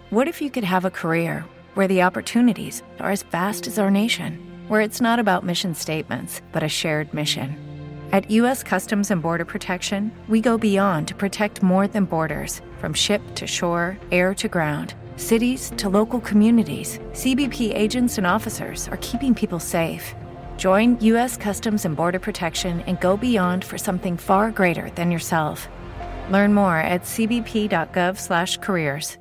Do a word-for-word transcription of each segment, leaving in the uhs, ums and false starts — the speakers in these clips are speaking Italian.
What if you could have a career where the opportunities are as vast as our nation, where it's not about mission statements, but a shared mission? At U S Customs and Border Protection, we go beyond to protect more than borders. From ship to shore, air to ground, cities to local communities, C B P agents and officers are keeping people safe. Join U S Customs and Border Protection and go beyond for something far greater than yourself. Learn more at c b p dot gov slash careers.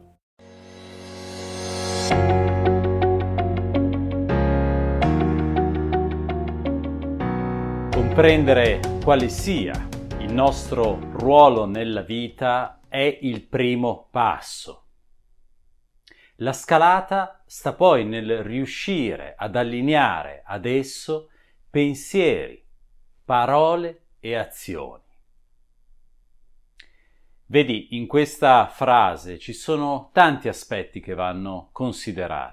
Comprendere quale sia il nostro ruolo nella vita è il primo passo. La scalata sta poi nel riuscire ad allineare ad esso pensieri, parole e azioni. Vedi, in questa frase ci sono tanti aspetti che vanno considerati.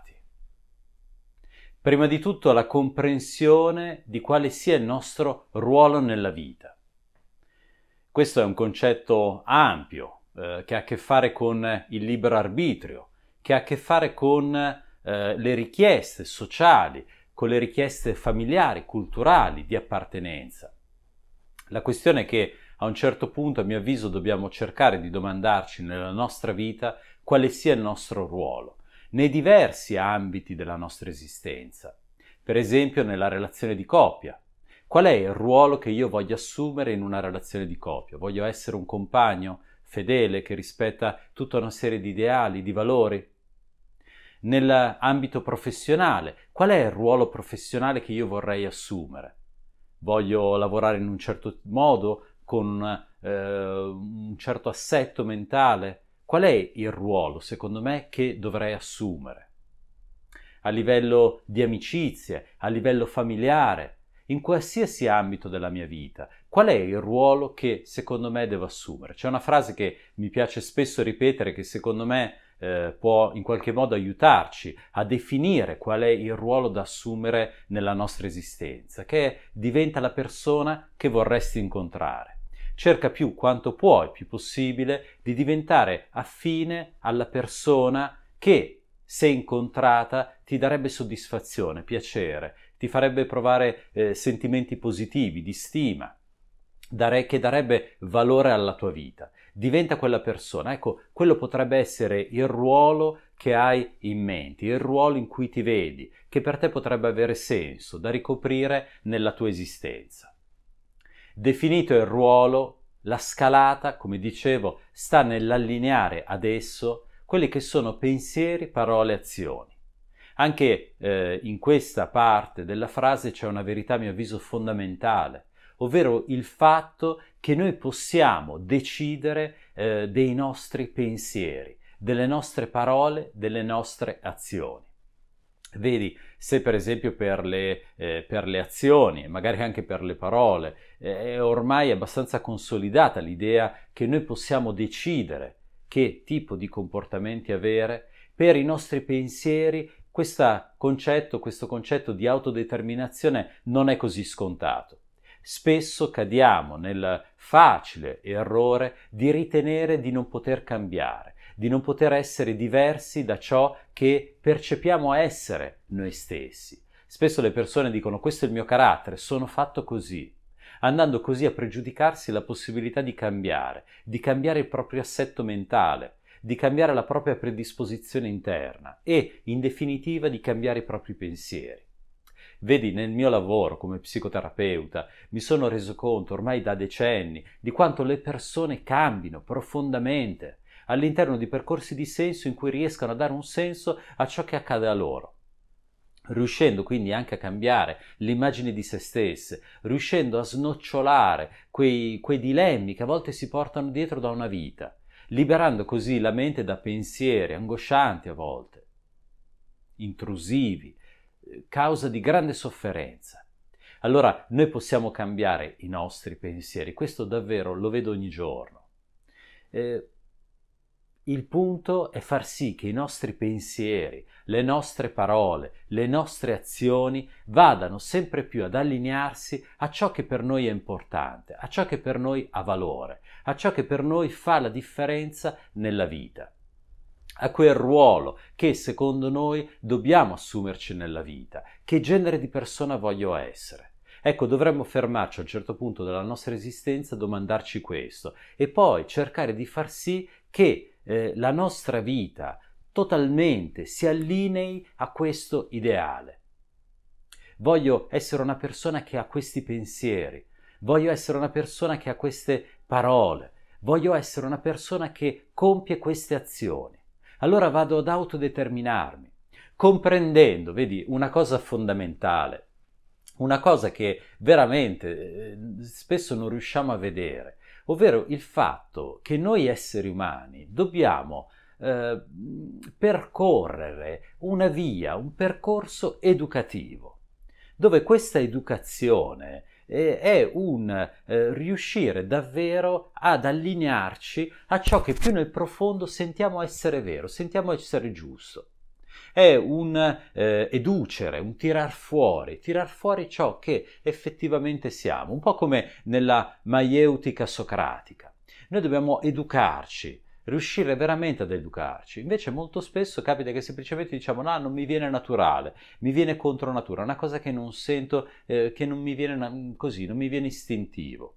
Prima di tutto la comprensione di quale sia il nostro ruolo nella vita. Questo è un concetto ampio, eh, che ha a che fare con il libero arbitrio, che ha a che fare con eh, le richieste sociali, con le richieste familiari, culturali, di appartenenza. La questione è che a un certo punto, a mio avviso, dobbiamo cercare di domandarci nella nostra vita quale sia il nostro ruolo nei diversi ambiti della nostra esistenza. Per esempio nella relazione di coppia. Qual è il ruolo che io voglio assumere in una relazione di coppia? Voglio essere un compagno fedele che rispetta tutta una serie di ideali, di valori? Nell'ambito professionale, qual è il ruolo professionale che io vorrei assumere? Voglio lavorare in un certo modo, con eh, un certo assetto mentale? Qual è il ruolo, secondo me, che dovrei assumere? A livello di amicizie, a livello familiare, in qualsiasi ambito della mia vita, qual è il ruolo che secondo me devo assumere? C'è una frase che mi piace spesso ripetere che secondo me eh, può in qualche modo aiutarci a definire qual è il ruolo da assumere nella nostra esistenza, che è: diventa la persona che vorresti incontrare. Cerca più quanto puoi, più possibile, di diventare affine alla persona che, se incontrata, ti darebbe soddisfazione, piacere, ti farebbe provare eh, sentimenti positivi, di stima, dare, che darebbe valore alla tua vita. Diventa quella persona. Ecco, quello potrebbe essere il ruolo che hai in mente, il ruolo in cui ti vedi, che per te potrebbe avere senso, da ricoprire nella tua esistenza. Definito il ruolo, la scalata, come dicevo, sta nell'allineare ad esso quelli che sono pensieri, parole, azioni. Anche eh, in questa parte della frase c'è una verità, a mio avviso, fondamentale, ovvero il fatto che noi possiamo decidere eh, dei nostri pensieri, delle nostre parole, delle nostre azioni. Vedi, se per esempio per le, eh, per le azioni e magari anche per le parole eh, è ormai abbastanza consolidata l'idea che noi possiamo decidere che tipo di comportamenti avere, per i nostri pensieri questo concetto, questo concetto di autodeterminazione non è così scontato. Spesso cadiamo nel facile errore di ritenere di non poter cambiare, di non poter essere diversi da ciò che percepiamo essere noi stessi. Spesso le persone dicono: questo è il mio carattere, sono fatto così, andando così a pregiudicarsi la possibilità di cambiare, di cambiare il proprio assetto mentale, di cambiare la propria predisposizione interna e, in definitiva, di cambiare i propri pensieri. Vedi, nel mio lavoro come psicoterapeuta mi sono reso conto ormai da decenni di quanto le persone cambino profondamente all'interno di percorsi di senso in cui riescano a dare un senso a ciò che accade a loro, riuscendo quindi anche a cambiare l'immagine di se stesse, riuscendo a snocciolare quei, quei dilemmi che a volte si portano dietro da una vita, liberando così la mente da pensieri angoscianti a volte, intrusivi, causa di grande sofferenza. Allora noi possiamo cambiare i nostri pensieri, questo davvero lo vedo ogni giorno. Eh, il punto è far sì che i nostri pensieri, le nostre parole, le nostre azioni vadano sempre più ad allinearsi a ciò che per noi è importante, a ciò che per noi ha valore, a ciò che per noi fa la differenza nella vita. a quel ruolo che secondo noi dobbiamo assumerci nella vita. Che genere di persona voglio essere? Ecco, dovremmo fermarci a un certo punto della nostra esistenza a domandarci questo e poi cercare di far sì che eh, la nostra vita totalmente si allinei a questo ideale. Voglio essere una persona che ha questi pensieri, voglio essere una persona che ha queste parole, voglio essere una persona che compie queste azioni. Allora vado ad autodeterminarmi, comprendendo, vedi, una cosa fondamentale, una cosa che veramente eh, spesso non riusciamo a vedere, ovvero il fatto che noi esseri umani dobbiamo eh, percorrere una via, un percorso educativo, dove questa educazione eh, è un eh, riuscire davvero ad allinearci a ciò che più nel profondo sentiamo essere vero, sentiamo essere giusto. È un eh, educere, un tirar fuori, tirar fuori ciò che effettivamente siamo, un po' come nella maieutica socratica. Noi dobbiamo educarci, riuscire veramente ad educarci. Invece molto spesso capita che semplicemente diciamo no, non mi viene naturale, mi viene contro natura, è una cosa che non sento, eh, che non mi viene così, non mi viene istintivo.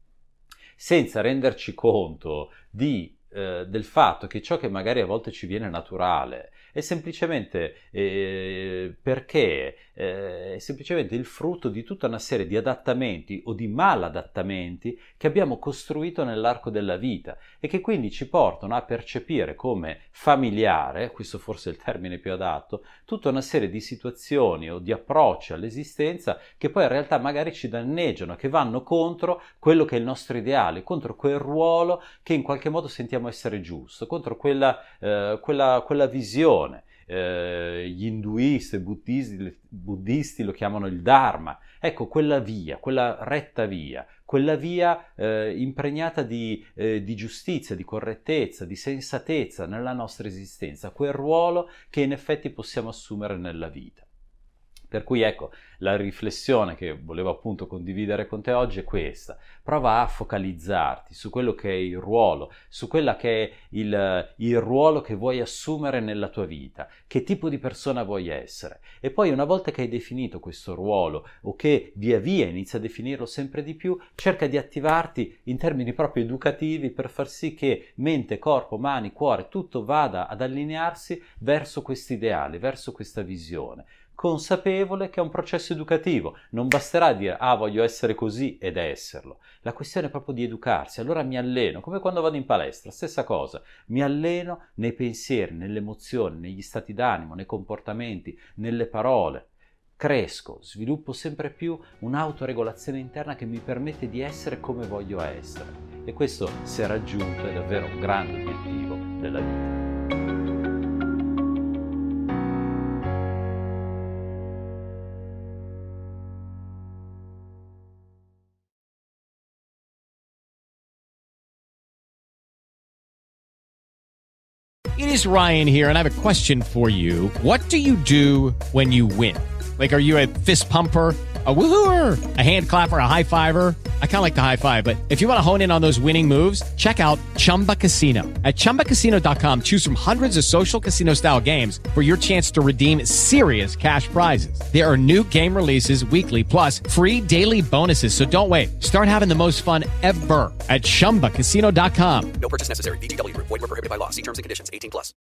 Senza renderci conto di, eh, del fatto che ciò che magari a volte ci viene naturale è semplicemente eh, perché eh, è semplicemente il frutto di tutta una serie di adattamenti o di maladattamenti che abbiamo costruito nell'arco della vita e che quindi ci portano a percepire come familiare, questo forse è il termine più adatto, tutta una serie di situazioni o di approcci all'esistenza che poi in realtà magari ci danneggiano, che vanno contro quello che è il nostro ideale, contro quel ruolo che in qualche modo sentiamo essere giusto, contro quella, eh, quella, quella visione. Eh, gli induisti e buddisti, buddisti lo chiamano il Dharma. Ecco, quella via, quella retta via, quella via eh, impregnata di, eh, di giustizia, di correttezza, di sensatezza nella nostra esistenza, quel ruolo che in effetti possiamo assumere nella vita. Per cui ecco, la riflessione che volevo appunto condividere con te oggi è questa. Prova a focalizzarti su quello che è il ruolo, su quella che è il, il ruolo che vuoi assumere nella tua vita, che tipo di persona vuoi essere. E poi una volta che hai definito questo ruolo o che via via inizi a definirlo sempre di più, cerca di attivarti in termini proprio educativi per far sì che mente, corpo, mani, cuore, tutto vada ad allinearsi verso questi ideali, verso questa visione. Consapevole che è un processo educativo, non basterà dire ah voglio essere così ed esserlo, la questione è proprio di educarsi. Allora mi alleno, come quando vado in palestra, stessa cosa, mi alleno nei pensieri, nelle emozioni, negli stati d'animo, nei comportamenti, nelle parole, cresco, sviluppo sempre più un'autoregolazione interna che mi permette di essere come voglio essere e questo, se raggiunto, è davvero un grande obiettivo della vita. It is Ryan here, and I have a question for you. What do you do when you win? Like, are you a fist pumper, a woohooer, a hand clapper, a high fiver? I kind of like the high five, but if you want to hone in on those winning moves, check out Chumba Casino. At chumba casino dot com, choose from hundreds of social casino style games for your chance to redeem serious cash prizes. There are new game releases weekly, plus free daily bonuses. So don't wait. Start having the most fun ever at chumba casino dot com. No purchase necessary. V G W Group. Void where prohibited by law. See terms and conditions. eighteen plus.